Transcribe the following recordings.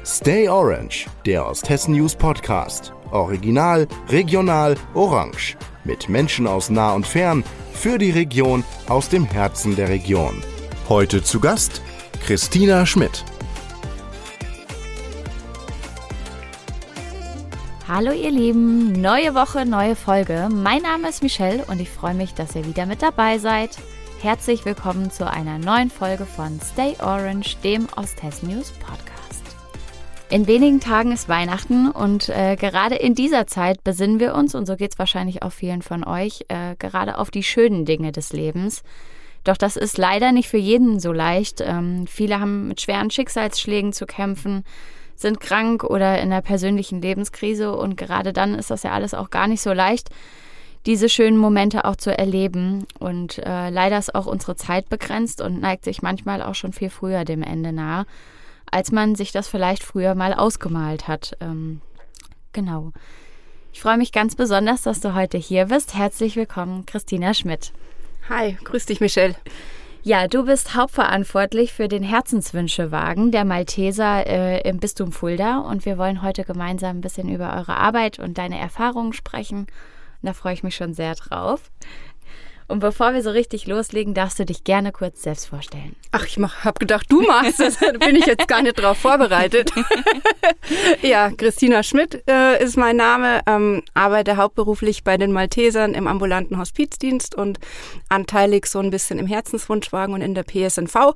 Stay Orange, der Osthessen News Podcast. Original, regional, orange. Mit Menschen aus nah und fern, für die Region, aus dem Herzen der Region. Heute zu Gast Christina Schmidt. Hallo ihr Lieben, neue Woche, neue Folge. Mein Name ist Michelle und ich freue mich, dass ihr wieder mit dabei seid. Herzlich willkommen zu einer neuen Folge von Stay Orange, dem Osthessen News Podcast. In wenigen Tagen ist Weihnachten und gerade in dieser Zeit besinnen wir uns, und so geht es wahrscheinlich auch vielen von euch, gerade auf die schönen Dinge des Lebens. Doch das ist leider nicht für jeden so leicht. Viele haben mit schweren Schicksalsschlägen zu kämpfen, sind krank oder in einer persönlichen Lebenskrise, und gerade dann ist das ja alles auch gar nicht so leicht, diese schönen Momente auch zu erleben. Und leider ist auch unsere Zeit begrenzt und neigt sich manchmal auch schon viel früher dem Ende nahe, als man sich das vielleicht früher mal ausgemalt hat. Genau. Ich freue mich ganz besonders, dass du heute hier bist. Herzlich willkommen, Christina Schmidt. Hi, grüß dich, Michelle. Ja, du bist hauptverantwortlich für den Herzenswünschewagen der Malteser im Bistum Fulda, und wir wollen heute gemeinsam ein bisschen über eure Arbeit und deine Erfahrungen sprechen. Und da freue ich mich schon sehr drauf. Und bevor wir so richtig loslegen, darfst du dich gerne kurz selbst vorstellen. Ach, ich habe gedacht, du machst das. Da bin ich jetzt gar nicht drauf vorbereitet. Ja, Christina Schmidt ist mein Name. Arbeite hauptberuflich bei den Maltesern im ambulanten Hospizdienst und anteilig so ein bisschen im Herzenswunschwagen und in der PSNV.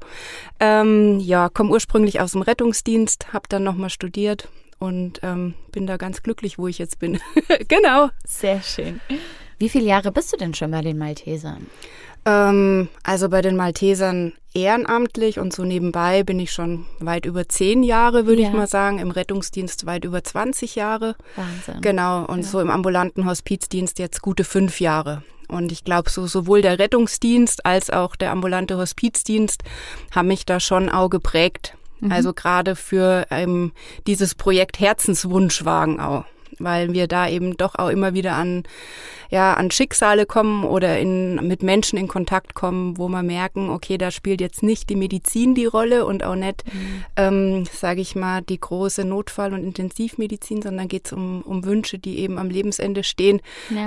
Komme ursprünglich aus dem Rettungsdienst, habe dann nochmal studiert und bin da ganz glücklich, wo ich jetzt bin. Genau. Sehr schön. Wie viele Jahre bist du denn schon bei den Maltesern? Also bei den Maltesern ehrenamtlich und so nebenbei bin ich schon weit über 10 Jahre, würde ich mal sagen. Im Rettungsdienst weit über 20 Jahre. Wahnsinn. Genau, und so im ambulanten Hospizdienst jetzt gute 5 Jahre. Und ich glaube, sowohl der Rettungsdienst als auch der ambulante Hospizdienst haben mich da schon auch geprägt. Also gerade für dieses Projekt Herzenswunschwagen auch. Weil wir da eben doch auch immer wieder an Schicksale kommen oder mit Menschen in Kontakt kommen, wo wir merken, okay, da spielt jetzt nicht die Medizin die Rolle und auch nicht, sage ich mal, die große Notfall- und Intensivmedizin, sondern geht es um Wünsche, die eben am Lebensende stehen,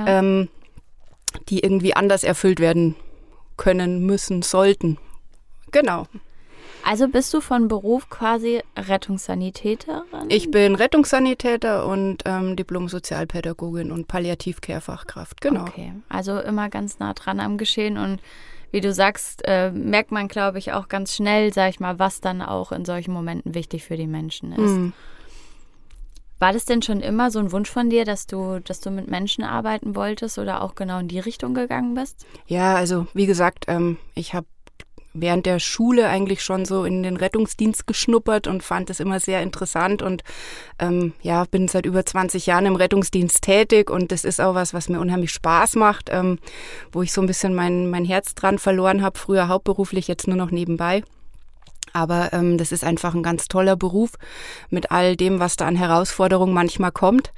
die irgendwie anders erfüllt werden können, müssen, sollten. Genau. Also bist du von Beruf quasi Rettungssanitäterin? Ich bin Rettungssanitäter und Diplom-Sozialpädagogin und Palliativ-Care-Fachkraft, genau. Okay, also immer ganz nah dran am Geschehen, und wie du sagst, merkt man, glaube ich, auch ganz schnell, sag ich mal, was dann auch in solchen Momenten wichtig für die Menschen ist. War das denn schon immer so ein Wunsch von dir, dass du mit Menschen arbeiten wolltest oder auch genau in die Richtung gegangen bist? Ja, also wie gesagt, ich habe während der Schule eigentlich schon so in den Rettungsdienst geschnuppert und fand es immer sehr interessant und bin seit über 20 Jahren im Rettungsdienst tätig, und das ist auch was mir unheimlich Spaß macht, wo ich so ein bisschen mein Herz dran verloren habe, früher hauptberuflich, jetzt nur noch nebenbei. Aber das ist einfach ein ganz toller Beruf mit all dem, was da an Herausforderungen manchmal kommt.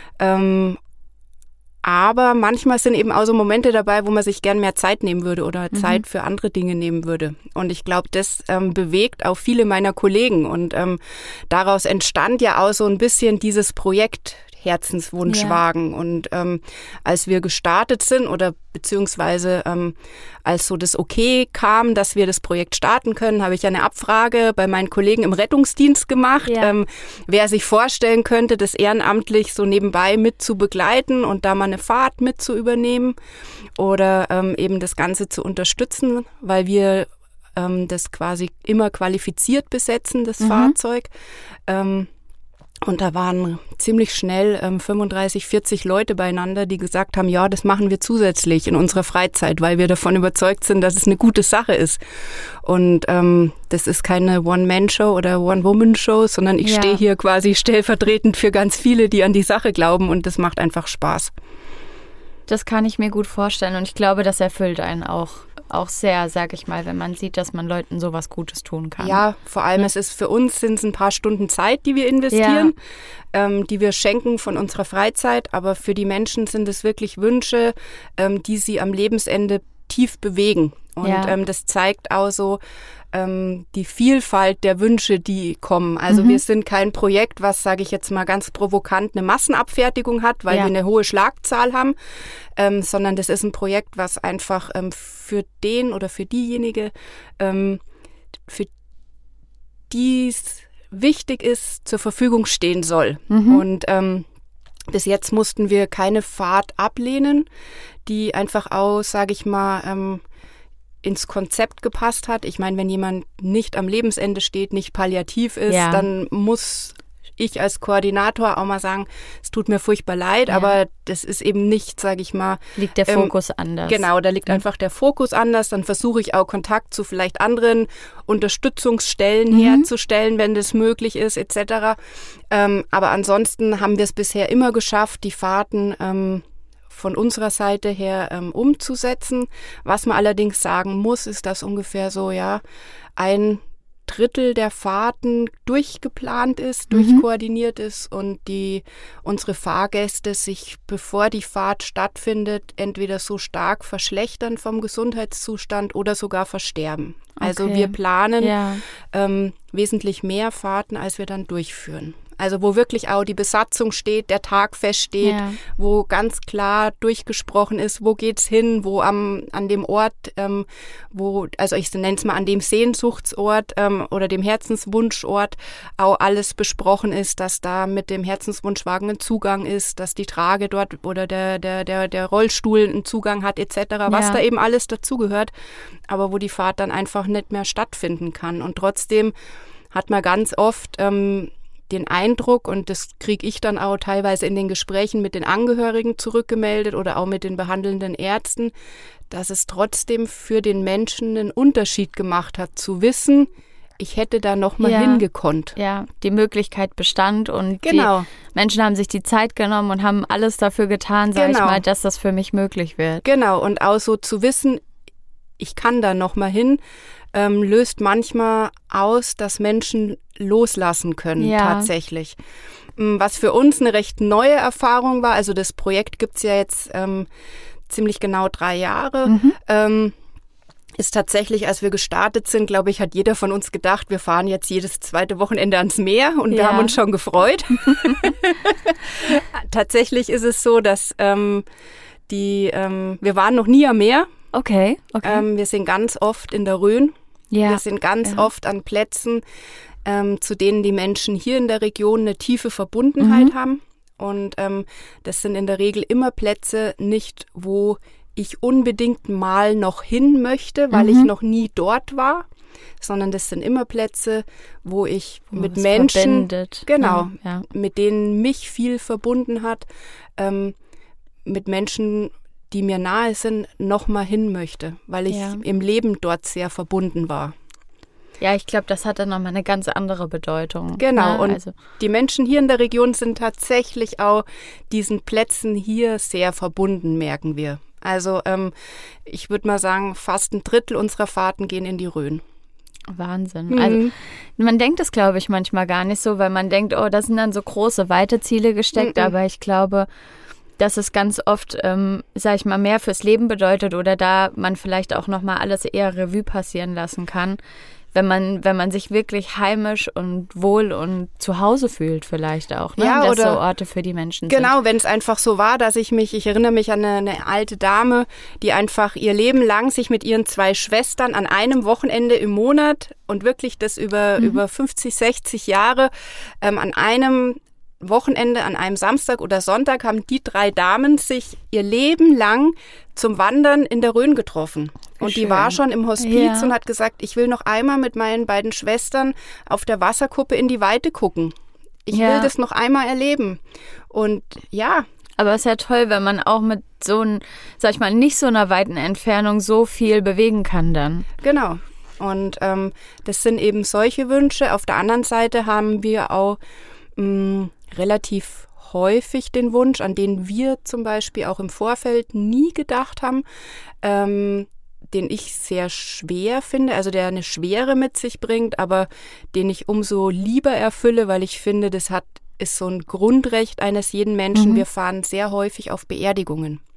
Aber manchmal sind eben auch so Momente dabei, wo man sich gern mehr Zeit nehmen würde oder Zeit für andere Dinge nehmen würde. Und ich glaube, das bewegt auch viele meiner Kollegen. Und daraus entstand ja auch so ein bisschen dieses Projekt Herzenswunschwagen. Ja. Und als wir gestartet sind oder beziehungsweise als so das Okay kam, dass wir das Projekt starten können, habe ich eine Abfrage bei meinen Kollegen im Rettungsdienst gemacht, wer sich vorstellen könnte, das ehrenamtlich so nebenbei mit zu begleiten und da mal eine Fahrt mit zu übernehmen oder eben das Ganze zu unterstützen, weil wir das quasi immer qualifiziert besetzen, das Fahrzeug. Und da waren ziemlich schnell 35, 40 Leute beieinander, die gesagt haben, ja, das machen wir zusätzlich in unserer Freizeit, weil wir davon überzeugt sind, dass es eine gute Sache ist. Und das ist keine One-Man-Show oder One-Woman-Show, sondern ich stehe hier quasi stellvertretend für ganz viele, die an die Sache glauben, und das macht einfach Spaß. Das kann ich mir gut vorstellen, und ich glaube, das erfüllt einen auch sehr, sag ich mal, wenn man sieht, dass man Leuten sowas Gutes tun kann. Ja, vor allem für uns sind es ein paar Stunden Zeit, die wir investieren, die wir schenken von unserer Freizeit, aber für die Menschen sind es wirklich Wünsche, die sie am Lebensende tief bewegen. Und das zeigt auch so die Vielfalt der Wünsche, die kommen. Also wir sind kein Projekt, was, sage ich jetzt mal ganz provokant, eine Massenabfertigung hat, weil wir eine hohe Schlagzahl haben, sondern das ist ein Projekt, was einfach für den oder für diejenige, für die es wichtig ist, zur Verfügung stehen soll. Und bis jetzt mussten wir keine Fahrt ablehnen, die einfach auch, sage ich mal, ins Konzept gepasst hat. Ich meine, wenn jemand nicht am Lebensende steht, nicht palliativ ist, dann muss ich als Koordinator auch mal sagen, es tut mir furchtbar leid, aber das ist eben nicht, sage ich mal. Liegt der Fokus anders. Genau, da liegt einfach der Fokus anders. Dann versuche ich auch Kontakt zu vielleicht anderen Unterstützungsstellen herzustellen, wenn das möglich ist, etc. Aber ansonsten haben wir es bisher immer geschafft, die Fahrten von unserer Seite her umzusetzen. Was man allerdings sagen muss, ist, dass ungefähr so 1/3 der Fahrten durchgeplant ist, durchkoordiniert ist und unsere Fahrgäste sich, bevor die Fahrt stattfindet, entweder so stark verschlechtern vom Gesundheitszustand oder sogar versterben. Also wir planen wesentlich mehr Fahrten, als wir dann durchführen. Also wo wirklich auch die Besatzung steht, der Tag feststeht, wo ganz klar durchgesprochen ist, wo geht's hin, wo an dem Ort, also ich nenne es mal an dem Sehnsuchtsort oder dem Herzenswunschort auch alles besprochen ist, dass da mit dem Herzenswunschwagen ein Zugang ist, dass die Trage dort oder der Rollstuhl einen Zugang hat etc., was da eben alles dazugehört, aber wo die Fahrt dann einfach nicht mehr stattfinden kann. Und trotzdem hat man ganz oft den Eindruck, und das kriege ich dann auch teilweise in den Gesprächen mit den Angehörigen zurückgemeldet oder auch mit den behandelnden Ärzten, dass es trotzdem für den Menschen einen Unterschied gemacht hat, zu wissen, ich hätte da noch mal hingekonnt. Ja, die Möglichkeit bestand und die Menschen haben sich die Zeit genommen und haben alles dafür getan, sage ich mal, dass das für mich möglich wird. Genau, und auch so zu wissen, ich kann da noch mal hin, löst manchmal aus, dass Menschen loslassen können, tatsächlich. Was für uns eine recht neue Erfahrung war, also das Projekt gibt's ja jetzt ziemlich genau 3 Jahre, ist tatsächlich, als wir gestartet sind, glaube ich, hat jeder von uns gedacht, wir fahren jetzt jedes zweite Wochenende ans Meer und wir haben uns schon gefreut. Tatsächlich ist es so, dass wir waren noch nie am Meer. Okay. Wir sind ganz oft in der Rhön. Wir sind ganz oft an Plätzen, zu denen die Menschen hier in der Region eine tiefe Verbundenheit haben. Und das sind in der Regel immer Plätze, nicht wo ich unbedingt mal noch hin möchte, weil ich noch nie dort war, sondern das sind immer Plätze, wo ich mit Menschen, mit denen mich viel verbunden hat, mit Menschen, die mir nahe sind, noch mal hin möchte, weil ich im Leben dort sehr verbunden war. Ja, ich glaube, das hat dann nochmal eine ganz andere Bedeutung. Genau, und die Menschen hier in der Region sind tatsächlich auch diesen Plätzen hier sehr verbunden, merken wir. Also ich würde mal sagen, fast 1/3 unserer Fahrten gehen in die Rhön. Wahnsinn. Also man denkt es, glaube ich, manchmal gar nicht so, weil man denkt, oh, da sind dann so große, weite Ziele gesteckt, aber ich glaube, dass es ganz oft, sag ich mal, mehr fürs Leben bedeutet oder da man vielleicht auch nochmal alles eher Revue passieren lassen kann, wenn man sich wirklich heimisch und wohl und zu Hause fühlt vielleicht auch, ne? Ja, dass so Orte für die Menschen sind. Genau, wenn es einfach so war, dass ich erinnere mich an eine alte Dame, die einfach ihr Leben lang sich mit ihren 2 Schwestern an einem Wochenende im Monat und wirklich das über 50, 60 Jahre an einem Wochenende, an einem Samstag oder Sonntag haben die 3 Damen sich ihr Leben lang zum Wandern in der Rhön getroffen. Und die war schon im Hospiz und hat gesagt, ich will noch einmal mit meinen beiden Schwestern auf der Wasserkuppe in die Weite gucken. Ich will das noch einmal erleben. Und aber es ist ja toll, wenn man auch mit so sag ich mal, nicht so einer weiten Entfernung so viel bewegen kann dann. Genau. Und das sind eben solche Wünsche. Auf der anderen Seite haben wir auch relativ häufig den Wunsch, an den wir zum Beispiel auch im Vorfeld nie gedacht haben, den ich sehr schwer finde, also der eine Schwere mit sich bringt, aber den ich umso lieber erfülle, weil ich finde, das ist so ein Grundrecht eines jeden Menschen. Wir fahren sehr häufig auf Beerdigungen.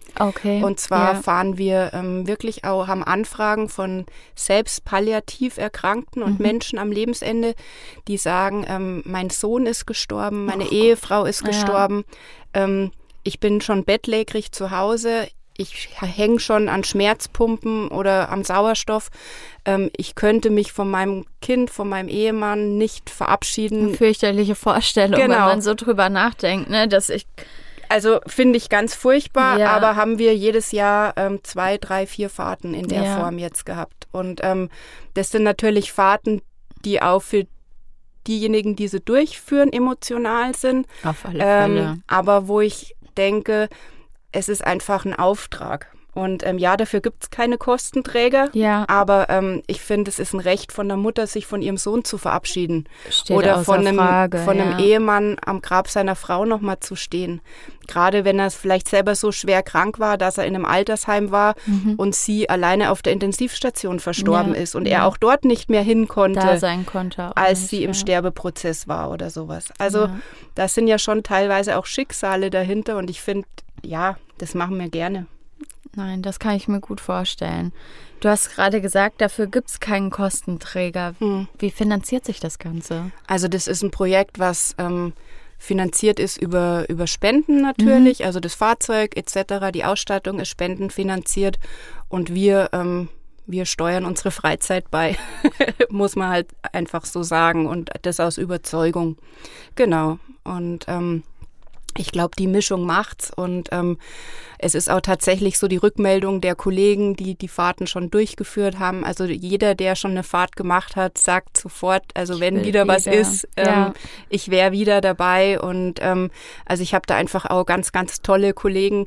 Okay. Und zwar fahren wir wirklich auch, haben Anfragen von selbst palliativ Erkrankten und Menschen am Lebensende, die sagen, mein Sohn ist gestorben, meine Ehefrau ist gestorben, ich bin schon bettlägerig zu Hause, ich hänge schon an Schmerzpumpen oder am Sauerstoff. Ich könnte mich von meinem Kind, von meinem Ehemann nicht verabschieden. Eine fürchterliche Vorstellung, wenn man so drüber nachdenkt, ne? Also finde ich ganz furchtbar, aber haben wir jedes Jahr 2, 3, 4 Fahrten in der Form jetzt gehabt. Und das sind natürlich Fahrten, die auch für diejenigen, die sie durchführen, emotional sind. Auf alle Fälle. Aber wo ich denke, es ist einfach ein Auftrag. Und dafür gibt es keine Kostenträger. Ja. Aber ich finde, es ist ein Recht von der Mutter, sich von ihrem Sohn zu verabschieden. Steht oder von einem Ehemann am Grab seiner Frau nochmal zu stehen. Gerade wenn er vielleicht selber so schwer krank war, dass er in einem Altersheim war und sie alleine auf der Intensivstation verstorben ist und er auch dort nicht mehr hin konnte, da sein konnte als sie im Sterbeprozess war oder sowas. Also das sind ja schon teilweise auch Schicksale dahinter und ich finde, das machen wir gerne. Nein, das kann ich mir gut vorstellen. Du hast gerade gesagt, dafür gibt es keinen Kostenträger. Wie finanziert sich das Ganze? Also das ist ein Projekt, was finanziert ist über Spenden natürlich. Also das Fahrzeug etc., die Ausstattung ist spendenfinanziert und wir steuern unsere Freizeit bei, muss man halt einfach so sagen und das aus Überzeugung. Genau. Und ich glaube, die Mischung macht's und es ist auch tatsächlich so die Rückmeldung der Kollegen, die die Fahrten schon durchgeführt haben. Also jeder, der schon eine Fahrt gemacht hat, sagt sofort, also wenn wieder was ist, ich wäre wieder dabei. Und also ich habe da einfach auch ganz, ganz tolle Kollegen,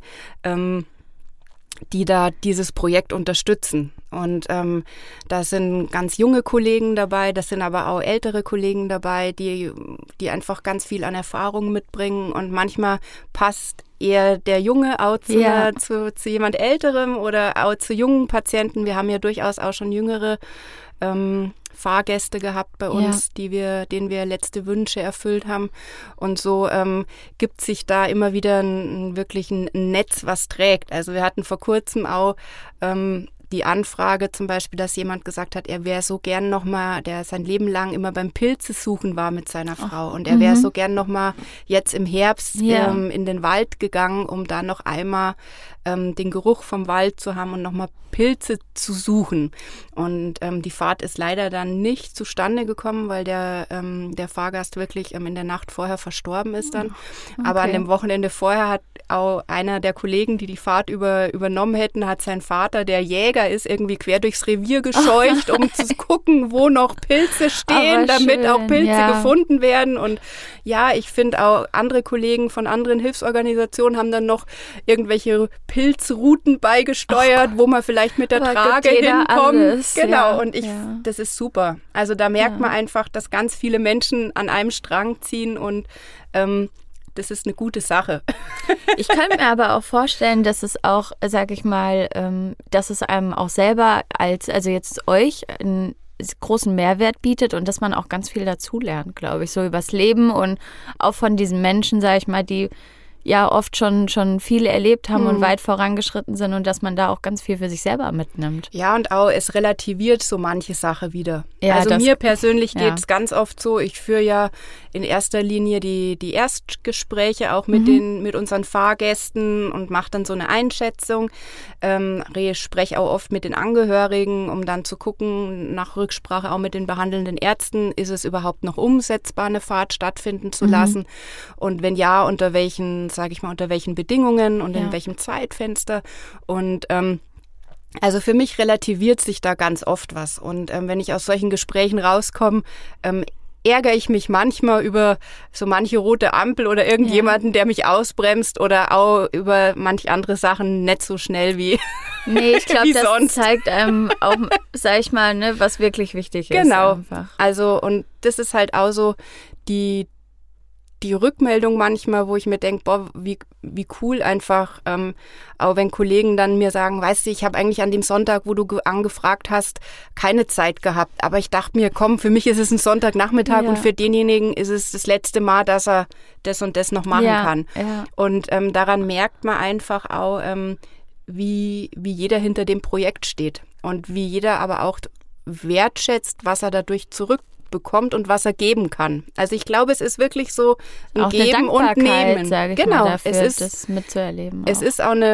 die da dieses Projekt unterstützen. Und da sind ganz junge Kollegen dabei, das sind aber auch ältere Kollegen dabei, die einfach ganz viel an Erfahrung mitbringen. Und manchmal passt eher der Junge auch zu jemand Älterem oder auch zu jungen Patienten. Wir haben ja durchaus auch schon jüngere Fahrgäste gehabt bei uns, denen wir letzte Wünsche erfüllt haben. Und so gibt sich da immer wieder wirklich ein Netz, was trägt. Also wir hatten vor kurzem auch die Anfrage zum Beispiel, dass jemand gesagt hat, er wäre so gern nochmal, der sein Leben lang immer beim Pilzesuchen war mit seiner Frau und er wäre so gern nochmal jetzt im Herbst in den Wald gegangen, um da noch einmal den Geruch vom Wald zu haben und nochmal Pilze zu suchen. Und die Fahrt ist leider dann nicht zustande gekommen, weil der Fahrgast wirklich in der Nacht vorher verstorben ist dann. Okay. Aber an dem Wochenende vorher hat auch einer der Kollegen, die Fahrt übernommen hätten, hat sein Vater, der Jäger ist, irgendwie quer durchs Revier gescheucht, um zu gucken, wo noch Pilze stehen, damit auch Pilze gefunden werden. Und ich finde auch andere Kollegen von anderen Hilfsorganisationen haben dann noch irgendwelche Pilzrouten beigesteuert, wo man vielleicht mit der Trage hinkommt. Alles. Genau, und das ist super. Also da merkt man einfach, dass ganz viele Menschen an einem Strang ziehen und das ist eine gute Sache. Ich könnte mir aber auch vorstellen, dass es auch, sag ich mal, dass es einem auch selber also jetzt euch einen großen Mehrwert bietet und dass man auch ganz viel dazulernt, glaube ich, so übers Leben und auch von diesen Menschen, sag ich mal, die ja oft schon viel erlebt haben und weit vorangeschritten sind und dass man da auch ganz viel für sich selber mitnimmt. Ja, und auch es relativiert so manche Sache wieder. Ja, also mir persönlich geht es ganz oft so, ich führe ja in erster Linie die Erstgespräche auch mit unseren Fahrgästen und mache dann so eine Einschätzung. Spreche auch oft mit den Angehörigen, um dann zu gucken, nach Rücksprache auch mit den behandelnden Ärzten, ist es überhaupt noch umsetzbar, eine Fahrt stattfinden zu lassen? Und wenn ja, unter welchen Bedingungen und in welchem Zeitfenster. Und also für mich relativiert sich da ganz oft was. Und wenn ich aus solchen Gesprächen rauskomme, ärgere ich mich manchmal über so manche rote Ampel oder irgendjemanden, der mich ausbremst oder auch über manche andere Sachen nicht so schnell wie Nee, ich glaube, das sonst. zeigt einem auch, sag ich mal, ne, was wirklich wichtig ist. Genau. Einfach. Also und das ist halt auch so die Rückmeldung manchmal, wo ich mir denke, boah, wie cool einfach, auch wenn Kollegen dann mir sagen, weißt du, ich habe eigentlich an dem Sonntag, wo du angefragt hast, keine Zeit gehabt. Aber ich dachte mir, komm, für mich ist es ein Sonntagnachmittag und für denjenigen ist es das letzte Mal, dass er das und das noch machen kann. Ja. Und daran merkt man einfach auch, wie jeder hinter dem Projekt steht und wie jeder aber auch wertschätzt, was er dadurch zurückbekommt und was er geben kann. Also ich glaube, es ist wirklich so ein auch Geben und Nehmen. Sage ich genau, mal, dafür, es ist das mitzuerleben. Es ist auch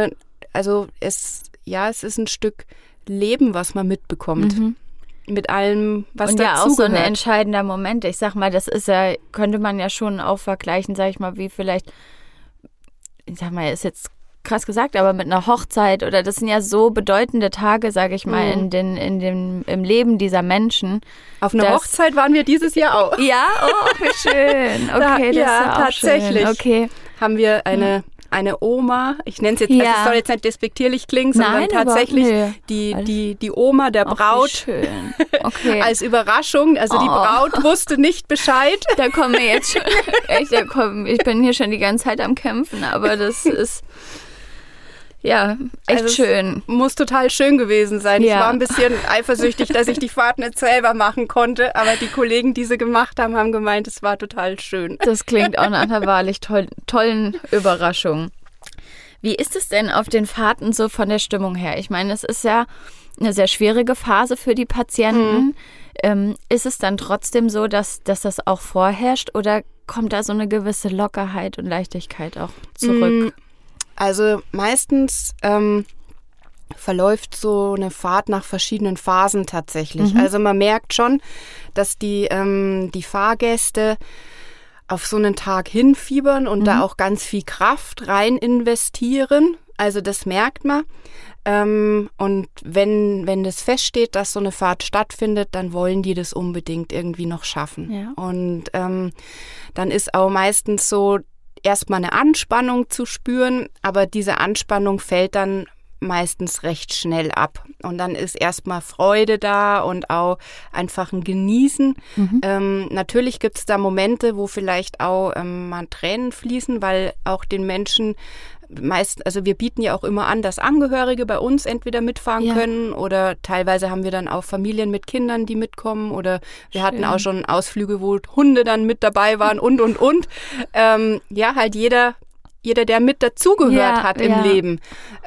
es ist ein Stück Leben, was man mitbekommt. Mit allem, was und dazugehört. Und ja, auch so ein entscheidender Moment. Ich sag mal, das ist ja, könnte man ja schon auch vergleichen, sag ich mal, wie vielleicht, ich sag mal, ist jetzt krass gesagt, aber mit einer Hochzeit oder das sind ja so bedeutende Tage, sage ich mal, im Leben dieser Menschen. Auf einer Hochzeit waren wir dieses Jahr auch. Ja, oh, wie schön. Okay, das ist ja auch tatsächlich. Schön. Okay. Haben wir eine Oma, ich nenne es jetzt, also es soll jetzt nicht despektierlich klingen, sondern tatsächlich die Oma der Braut. Schön. Okay. Als Überraschung, also die Braut wusste nicht Bescheid. Da kommen wir jetzt schon, echt, ich bin hier schon die ganze Zeit am Kämpfen, aber das ist ja, echt also schön. Muss total schön gewesen sein. Ja. Ich war ein bisschen eifersüchtig, dass ich die Fahrt nicht selber machen konnte, aber die Kollegen, die sie gemacht haben, haben gemeint, es war total schön. Das klingt auch nach einer wahrlich tollen Überraschung. Wie ist es denn auf den Fahrten so von der Stimmung her? Ich meine, es ist ja eine sehr schwierige Phase für die Patienten. Ist es dann trotzdem so, dass das auch vorherrscht oder kommt da so eine gewisse Lockerheit und Leichtigkeit auch zurück? Also meistens verläuft so eine Fahrt nach verschiedenen Phasen tatsächlich. Also man merkt schon, dass die Fahrgäste auf so einen Tag hinfiebern und da auch ganz viel Kraft rein investieren. Also das merkt man. Und wenn das feststeht, dass so eine Fahrt stattfindet, dann wollen die das unbedingt irgendwie noch schaffen. Ja. Und dann ist auch meistens so, erstmal eine Anspannung zu spüren, aber diese Anspannung fällt dann meistens recht schnell ab. Und dann ist erstmal Freude da und auch einfach ein Genießen. Natürlich gibt es da Momente, wo vielleicht auch mal Tränen fließen, weil auch den Menschen also wir bieten ja auch immer an, dass Angehörige bei uns entweder mitfahren können oder teilweise haben wir dann auch Familien mit Kindern, die mitkommen oder wir hatten auch schon Ausflüge, wo Hunde dann mit dabei waren und. Halt jeder, der mit dazugehört hat im Leben.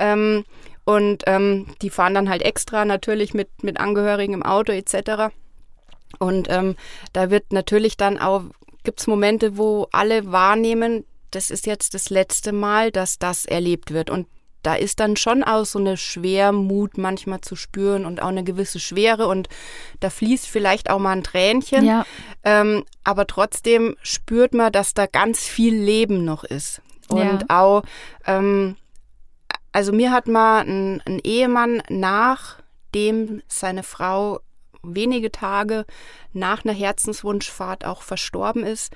Die fahren dann halt extra natürlich mit Angehörigen im Auto etc. Und da wird natürlich dann auch, gibt's Momente, wo alle wahrnehmen, das ist jetzt das letzte Mal, dass das erlebt wird. Und da ist dann schon auch so eine Schwermut manchmal zu spüren und auch eine gewisse Schwere. Und da fließt vielleicht auch mal ein Tränchen. Ja. Aber trotzdem spürt man, dass da ganz viel Leben noch ist. Und auch, also mir hat mal ein Ehemann, nachdem seine Frau wenige Tage nach einer Herzenswunschfahrt auch verstorben ist,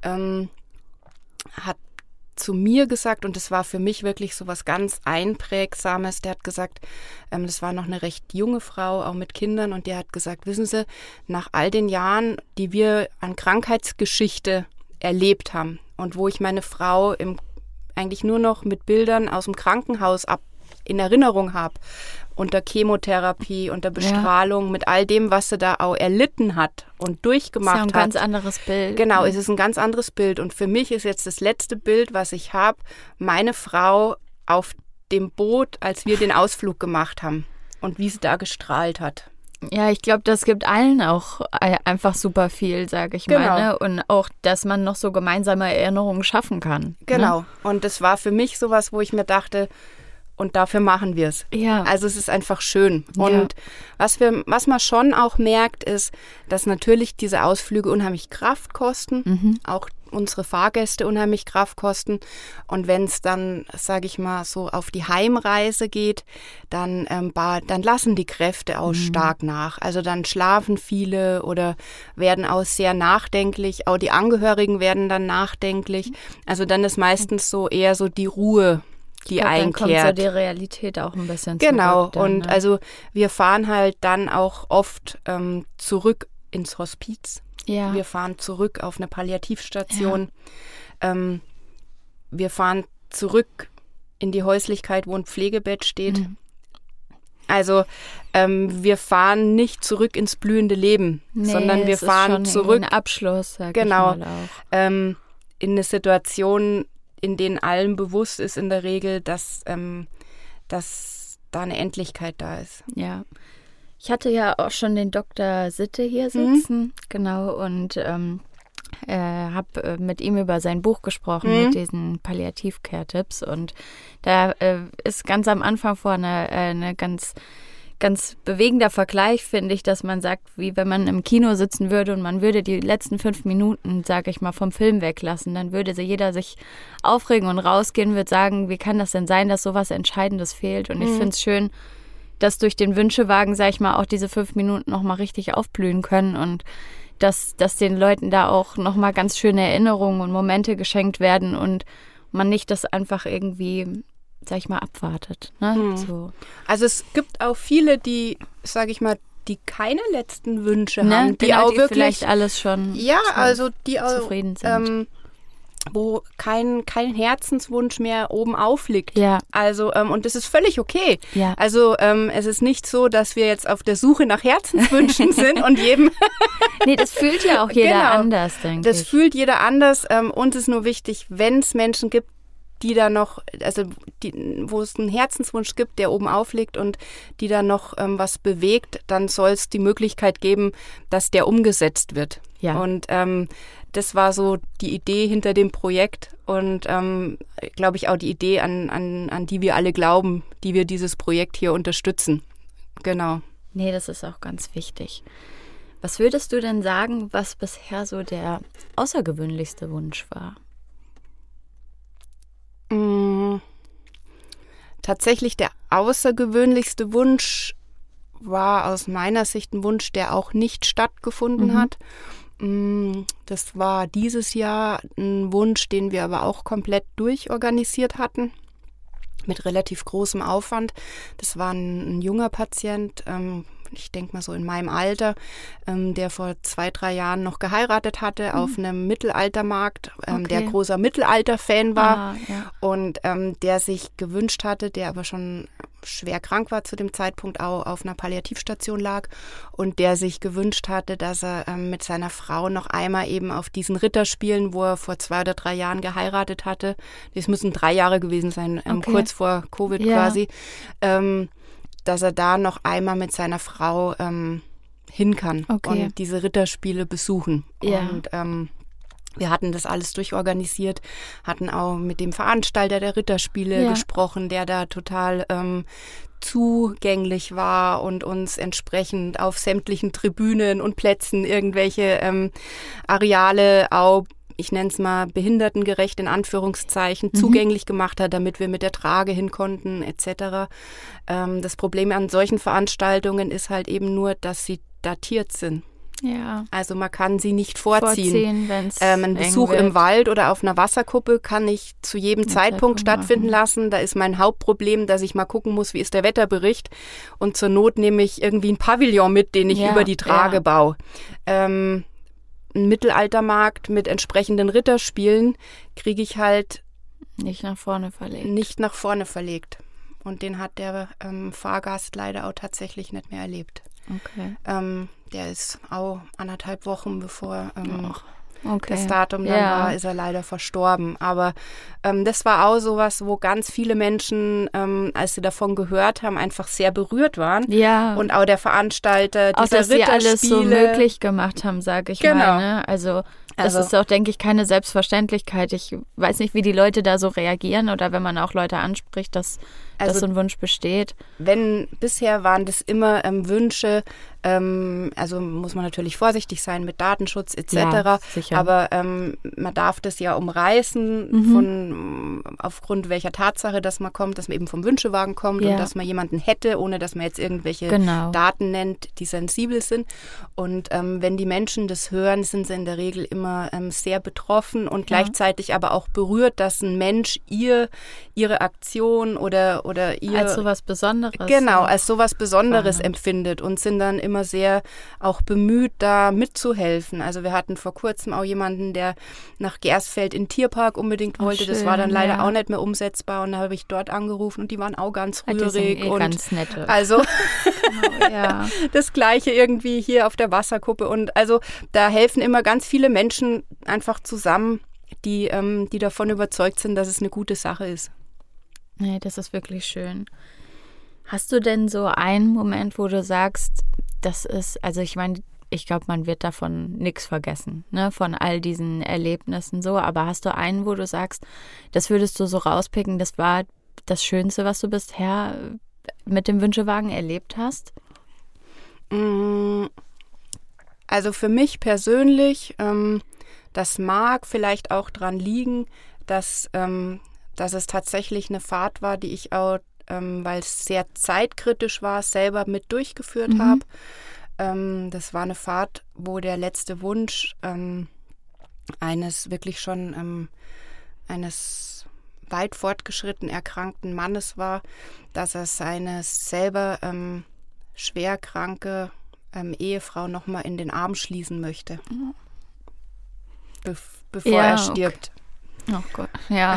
hat zu mir gesagt, und das war für mich wirklich so was ganz Einprägsames, der hat gesagt, das war noch eine recht junge Frau, auch mit Kindern, und der hat gesagt, wissen Sie, nach all den Jahren, die wir an Krankheitsgeschichte erlebt haben und wo ich meine Frau eigentlich nur noch mit Bildern aus dem Krankenhaus in Erinnerung habe, unter Chemotherapie, unter Bestrahlung, mit all dem, was sie da auch erlitten hat und durchgemacht hat. Das ist ein ganz anderes Bild. Genau, es ist ein ganz anderes Bild. Und für mich ist jetzt das letzte Bild, was ich habe, meine Frau auf dem Boot, als wir den Ausflug gemacht haben und wie sie da gestrahlt hat. Ja, ich glaube, das gibt allen auch einfach super viel, sage ich mal. Ne? Und auch, dass man noch so gemeinsame Erinnerungen schaffen kann. Genau. Ne? Und das war für mich sowas, wo ich mir dachte, und dafür machen wir es. Ja. Also es ist einfach schön. Und was man schon auch merkt, ist, dass natürlich diese Ausflüge unheimlich Kraft kosten, auch unsere Fahrgäste unheimlich Kraft kosten. Und wenn es dann, sage ich mal, so auf die Heimreise geht, dann lassen die Kräfte auch stark nach. Also dann schlafen viele oder werden auch sehr nachdenklich. Auch die Angehörigen werden dann nachdenklich. Also dann ist meistens so eher so die Ruhe, die einkehrt. Dann kommt so die Realität auch ein bisschen zurück. Genau, und also wir fahren halt dann auch oft zurück ins Hospiz. Ja. Wir fahren zurück auf eine Palliativstation. wir fahren zurück in die Häuslichkeit, wo ein Pflegebett steht. Also wir fahren nicht zurück ins blühende Leben, sondern wir fahren zurück. Ein Abschluss, sag genau, ich mal auch. In eine Situation, in denen allen bewusst ist in der Regel, dass da eine Endlichkeit da ist. Ja. Ich hatte ja auch schon den Dr. Sitte hier sitzen, genau, und habe mit ihm über sein Buch gesprochen, mit diesen Palliativ-Care-Tipps, und da ist ganz am Anfang eine ganz bewegender Vergleich, finde ich, dass man sagt, wie wenn man im Kino sitzen würde und man würde die letzten 5 Minuten, sage ich mal, vom Film weglassen, dann würde jeder sich aufregen und rausgehen, würde sagen, wie kann das denn sein, dass sowas Entscheidendes fehlt? Und ich finde es schön, dass durch den Wünschewagen, sage ich mal, auch diese 5 Minuten nochmal richtig aufblühen können und dass den Leuten da auch nochmal ganz schöne Erinnerungen und Momente geschenkt werden und man nicht das einfach irgendwie, sag ich mal, abwartet. Ne? So. Also es gibt auch viele, die, sage ich mal, die keine letzten Wünsche haben, die genau, auch die wirklich vielleicht alles schon also die auch zufrieden sind. Wo kein Herzenswunsch mehr oben aufliegt. Ja. Also, und das ist völlig okay. Ja. Also, es ist nicht so, dass wir jetzt auf der Suche nach Herzenswünschen sind und jedem... Nee, das fühlt ja auch jeder anders, denke ich. Das fühlt jeder anders. Uns ist nur wichtig, wenn es Menschen gibt, die da noch, also wo es einen Herzenswunsch gibt, der oben aufliegt und die da noch was bewegt, dann soll es die Möglichkeit geben, dass der umgesetzt wird. Ja. Und das war so die Idee hinter dem Projekt und glaube ich auch die Idee, an die wir alle glauben, die wir dieses Projekt hier unterstützen. Genau. Nee, das ist auch ganz wichtig. Was würdest du denn sagen, was bisher so der außergewöhnlichste Wunsch war? Tatsächlich der außergewöhnlichste Wunsch war aus meiner Sicht ein Wunsch, der auch nicht stattgefunden hat. Das war dieses Jahr ein Wunsch, den wir aber auch komplett durchorganisiert hatten, mit relativ großem Aufwand. Das war ein junger Patient, ich denke mal so in meinem Alter, der vor 2-3 Jahren noch geheiratet hatte auf einem Mittelaltermarkt, der großer Mittelalter-Fan war und der sich gewünscht hatte, der aber schon schwer krank war zu dem Zeitpunkt, auch auf einer Palliativstation lag und der sich gewünscht hatte, dass er mit seiner Frau noch einmal eben auf diesen Ritterspielen, wo er vor 2 oder 3 Jahren geheiratet hatte, das müssen 3 Jahre gewesen sein, kurz vor Covid quasi, dass er da noch einmal mit seiner Frau hin kann und diese Ritterspiele besuchen. Ja. Und wir hatten das alles durchorganisiert, hatten auch mit dem Veranstalter der Ritterspiele gesprochen, der da total zugänglich war und uns entsprechend auf sämtlichen Tribünen und Plätzen irgendwelche Areale auch, ich nenne es mal behindertengerecht in Anführungszeichen, zugänglich gemacht hat, damit wir mit der Trage hin konnten etc. Das Problem an solchen Veranstaltungen ist halt eben nur, dass sie datiert sind. Ja. Also man kann sie nicht vorziehen. Wenn's ein Besuch im Wald oder auf einer Wasserkuppe kann ich zu jedem Zeitpunkt stattfinden lassen. Da ist mein Hauptproblem, dass ich mal gucken muss, wie ist der Wetterbericht. Und zur Not nehme ich irgendwie einen Pavillon mit, den ich über die Trage baue. Ein Mittelaltermarkt mit entsprechenden Ritterspielen kriege ich halt nicht nach vorne verlegt. Und den hat der Fahrgast leider auch tatsächlich nicht mehr erlebt. Okay. Der ist auch 1,5 Wochen bevor das Datum dann war, ist er leider verstorben. Aber das war auch sowas, wo ganz viele Menschen, als sie davon gehört haben, einfach sehr berührt waren. Ja. Und auch der Veranstalter dieser Ritterspiele. Auch, dass sie alles so möglich gemacht haben, sage ich mal. Ne? Also das ist auch, denke ich, keine Selbstverständlichkeit. Ich weiß nicht, wie die Leute da so reagieren oder wenn man auch Leute anspricht, dass so ein Wunsch besteht. Bisher waren das immer Wünsche, also muss man natürlich vorsichtig sein mit Datenschutz etc. Ja, sicher. Aber man darf das ja umreißen aufgrund welcher Tatsache, dass man kommt, dass man eben vom Wünschewagen kommt und dass man jemanden hätte, ohne dass man jetzt irgendwelche Daten nennt, die sensibel sind. Und wenn die Menschen das hören, sind sie in der Regel immer sehr betroffen und gleichzeitig aber auch berührt, dass ein Mensch ihre Aktion oder ihr als sowas Besonderes. Genau, als sowas Besonderes empfindet und sind dann immer sehr auch bemüht, da mitzuhelfen. Also wir hatten vor kurzem auch auch jemanden, der nach Gersfeld in den Tierpark unbedingt wollte. Schön, das war dann leider auch nicht mehr umsetzbar und da habe ich dort angerufen und die waren auch ganz rührig. Die sind ganz nette. Also Genau, ja. das Gleiche irgendwie hier auf der Wasserkuppe. Und also da helfen immer ganz viele Menschen einfach zusammen, die davon überzeugt sind, dass es eine gute Sache ist. Nee, das ist wirklich schön. Hast du denn so einen Moment, wo du sagst, das ist, also ich meine, ich glaube, man wird davon nichts vergessen, ne, von all diesen Erlebnissen so, aber hast du einen, wo du sagst, das würdest du so rauspicken, das war das Schönste, was du bisher mit dem Wünschewagen erlebt hast? Also für mich persönlich, das mag vielleicht auch dran liegen, dass es tatsächlich eine Fahrt war, die ich auch, weil es sehr zeitkritisch war, selber mit durchgeführt habe. Das war eine Fahrt, wo der letzte Wunsch eines wirklich schon eines weit fortgeschritten erkrankten Mannes war, dass er seine selber schwer kranke Ehefrau nochmal in den Arm schließen möchte, bevor er stirbt. Okay. Oh Gott, ja.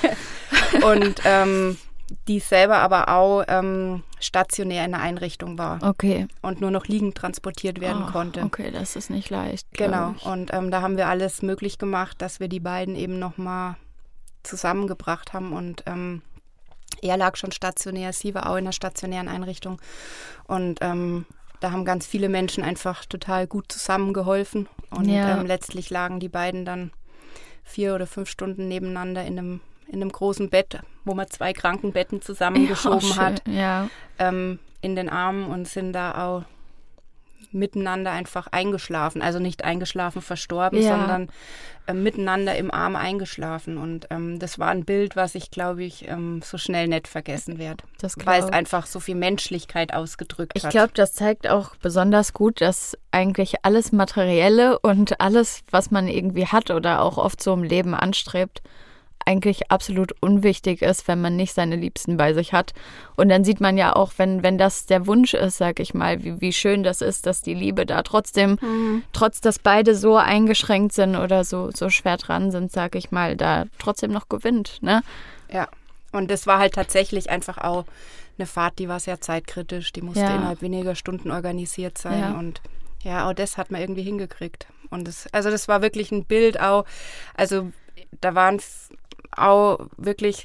Und die selber aber auch stationär in der Einrichtung war. Okay. Und nur noch liegend transportiert werden konnte. Okay, das ist nicht leicht. Genau. Ich. Und da haben wir alles möglich gemacht, dass wir die beiden eben nochmal zusammengebracht haben. Und er lag schon stationär, sie war auch in einer stationären Einrichtung. Und da haben ganz viele Menschen einfach total gut zusammengeholfen. Und letztlich lagen die beiden dann 4 oder 5 Stunden nebeneinander in einem großen Bett, wo man 2 Krankenbetten zusammengeschoben hat, in den Armen und sind da auch miteinander einfach eingeschlafen. Also nicht eingeschlafen, verstorben, sondern miteinander im Arm eingeschlafen. Und das war ein Bild, was ich, glaube ich, so schnell nicht vergessen werde. Weil es einfach so viel Menschlichkeit ausgedrückt hat. Ich glaube, das zeigt auch besonders gut, dass eigentlich alles Materielle und alles, was man irgendwie hat oder auch oft so im Leben anstrebt, eigentlich absolut unwichtig ist, wenn man nicht seine Liebsten bei sich hat. Und dann sieht man ja auch, wenn das der Wunsch ist, sag ich mal, wie schön das ist, dass die Liebe da trotzdem, trotz dass beide so eingeschränkt sind oder so schwer dran sind, sag ich mal, da trotzdem noch gewinnt, ne? Ja, und das war halt tatsächlich einfach auch eine Fahrt, die war sehr zeitkritisch, die musste innerhalb weniger Stunden organisiert sein und auch das hat man irgendwie hingekriegt. Und das war wirklich ein Bild auch, also da waren auch wirklich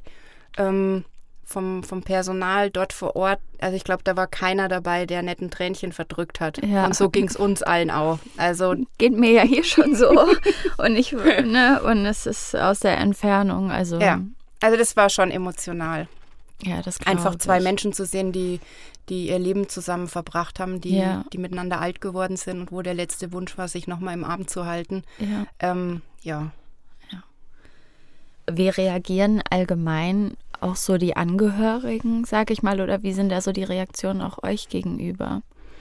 vom Personal dort vor Ort, also ich glaube, da war keiner dabei, der nicht ein Tränchen verdrückt hat. Ja. Und so ging es uns allen auch. Also geht mir ja hier schon so. Und es ist aus der Entfernung. Also das war schon emotional. Ja, das einfach 2 Menschen zu sehen, die ihr Leben zusammen verbracht haben, die miteinander alt geworden sind und wo der letzte Wunsch war, sich nochmal im Arm zu halten. Ja. Wie reagieren allgemein auch so die Angehörigen, sag ich mal, oder wie sind da so die Reaktionen auch euch gegenüber?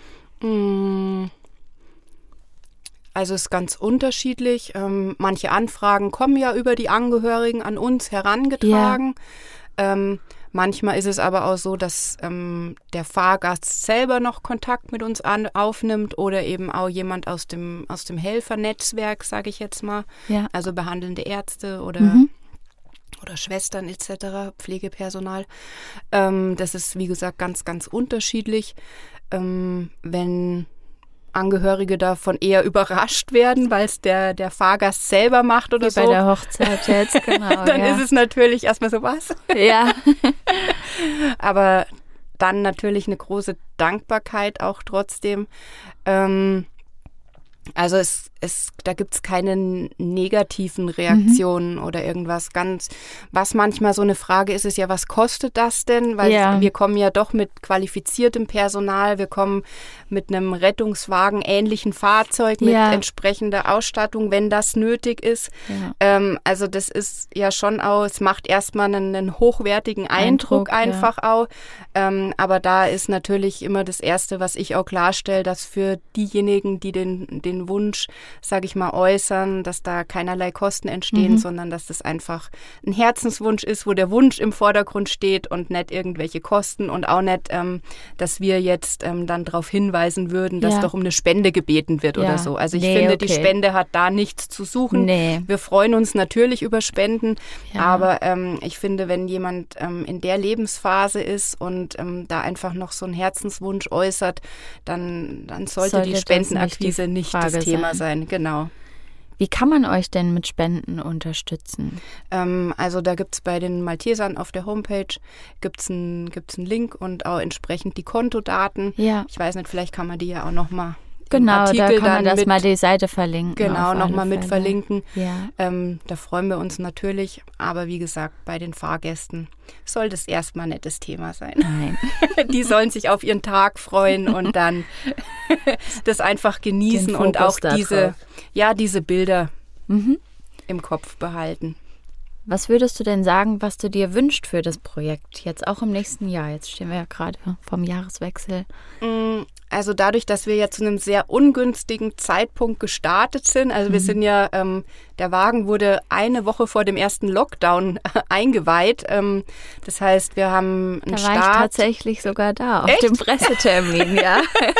Also es ist ganz unterschiedlich. Manche Anfragen kommen ja über die Angehörigen an uns herangetragen. Manchmal ist es aber auch so, dass der Fahrgast selber noch Kontakt mit uns aufnimmt oder eben auch jemand aus dem Helfernetzwerk, sage ich jetzt mal. Ja. Also behandelnde Ärzte oder Schwestern etc., Pflegepersonal. Das ist, wie gesagt, ganz, ganz unterschiedlich. Wenn Angehörige davon eher überrascht werden, weil es der Fahrgast selber macht oder so. Bei der Hochzeit jetzt, genau. Dann ist es natürlich erstmal so, was? Ja. Aber dann natürlich eine große Dankbarkeit auch trotzdem. Also da gibt es keine negativen Reaktionen oder irgendwas was manchmal so eine Frage ist, ist ja, was kostet das denn? Weil wir kommen ja doch mit qualifiziertem Personal, wir kommen mit einem Rettungswagen ähnlichen Fahrzeug, mit entsprechender Ausstattung, wenn das nötig ist. Ja. Also das ist ja schon auch, es macht erstmal einen hochwertigen Eindruck einfach auch. Aber da ist natürlich immer das Erste, was ich auch klarstelle, dass für diejenigen, die den den Wunsch, sage ich mal, äußern, dass da keinerlei Kosten entstehen, sondern dass das einfach ein Herzenswunsch ist, wo der Wunsch im Vordergrund steht und nicht irgendwelche Kosten und auch nicht, dass wir jetzt dann darauf hinweisen würden, dass doch um eine Spende gebeten wird oder so. Also ich finde, die Spende hat da nichts zu suchen. Wir freuen uns natürlich über Spenden, aber ich finde, wenn jemand in der Lebensphase ist und da einfach noch so einen Herzenswunsch äußert, dann sollte die Spendenakquise nicht das Thema sein. Genau. Wie kann man euch denn mit Spenden unterstützen? Also da gibt es bei den Maltesern auf der Homepage gibt's einen Link und auch entsprechend die Kontodaten. Ja. Ich weiß nicht, vielleicht kann man die ja auch nochmal da kann man das mal die Seite verlinken. Genau, nochmal mit verlinken. Ja. Da freuen wir uns natürlich. Aber wie gesagt, bei den Fahrgästen soll das erstmal nicht das Thema sein. Nein. Die sollen sich auf ihren Tag freuen und dann das einfach genießen und auch diese Bilder im Kopf behalten. Was würdest du denn sagen, was du dir wünschst für das Projekt jetzt auch im nächsten Jahr? Jetzt stehen wir ja gerade vom Jahreswechsel. Also dadurch, dass wir ja zu einem sehr ungünstigen Zeitpunkt gestartet sind, also wir sind ja, der Wagen wurde eine Woche vor dem ersten Lockdown eingeweiht. Das heißt, wir haben einen Start. Da war ich tatsächlich sogar da, auf dem Pressetermin, ja.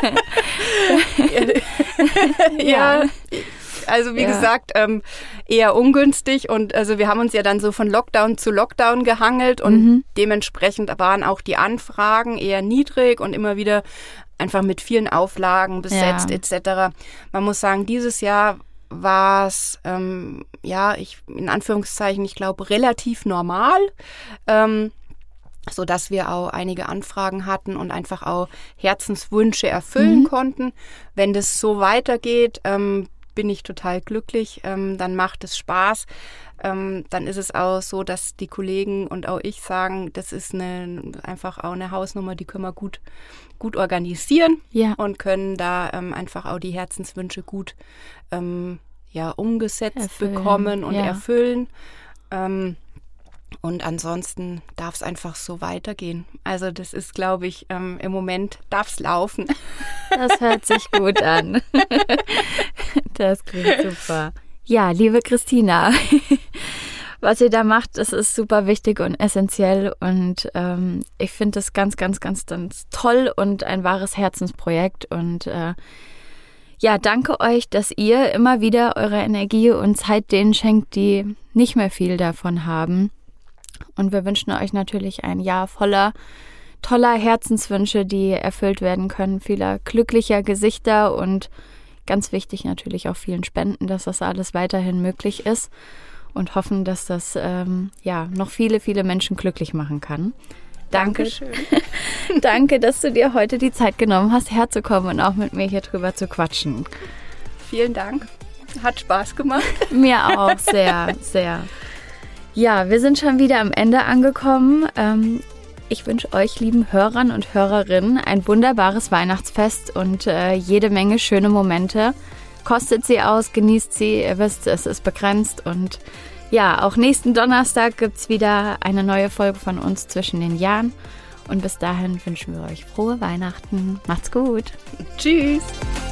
Ja. Also wie gesagt, eher ungünstig und also wir haben uns ja dann so von Lockdown zu Lockdown gehangelt und dementsprechend waren auch die Anfragen eher niedrig und immer wieder einfach mit vielen Auflagen besetzt etc. Man muss sagen, dieses Jahr war es, in Anführungszeichen, ich glaube, relativ normal, so dass wir auch einige Anfragen hatten und einfach auch Herzenswünsche erfüllen konnten. Wenn das so weitergeht, bin ich total glücklich, dann macht es Spaß. Dann ist es auch so, dass die Kollegen und auch ich sagen, das ist einfach auch eine Hausnummer, die können wir gut organisieren und können da einfach auch die Herzenswünsche gut umgesetzt bekommen und erfüllen. Und ansonsten darf es einfach so weitergehen. Also das ist, glaube ich, im Moment darf es laufen. Das hört sich gut an. Das klingt super. Ja, liebe Christina, was ihr da macht, das ist super wichtig und essentiell und ich finde das ganz, ganz, ganz, ganz toll und ein wahres Herzensprojekt und danke euch, dass ihr immer wieder eure Energie und Zeit denen schenkt, die nicht mehr viel davon haben. Und wir wünschen euch natürlich ein Jahr voller toller Herzenswünsche, die erfüllt werden können, vieler glücklicher Gesichter und ganz wichtig natürlich auch vielen Spenden, dass das alles weiterhin möglich ist und hoffen, dass das noch viele, viele Menschen glücklich machen kann. Dankeschön. Danke, dass du dir heute die Zeit genommen hast, herzukommen und auch mit mir hier drüber zu quatschen. Vielen Dank. Hat Spaß gemacht. Mir auch, sehr, sehr. Ja, wir sind schon wieder am Ende angekommen. Ich wünsche euch, lieben Hörern und Hörerinnen, ein wunderbares Weihnachtsfest und jede Menge schöne Momente. Kostet sie aus, genießt sie, ihr wisst, es ist begrenzt. Und ja, auch nächsten Donnerstag gibt es wieder eine neue Folge von uns zwischen den Jahren. Und bis dahin wünschen wir euch frohe Weihnachten. Macht's gut. Tschüss.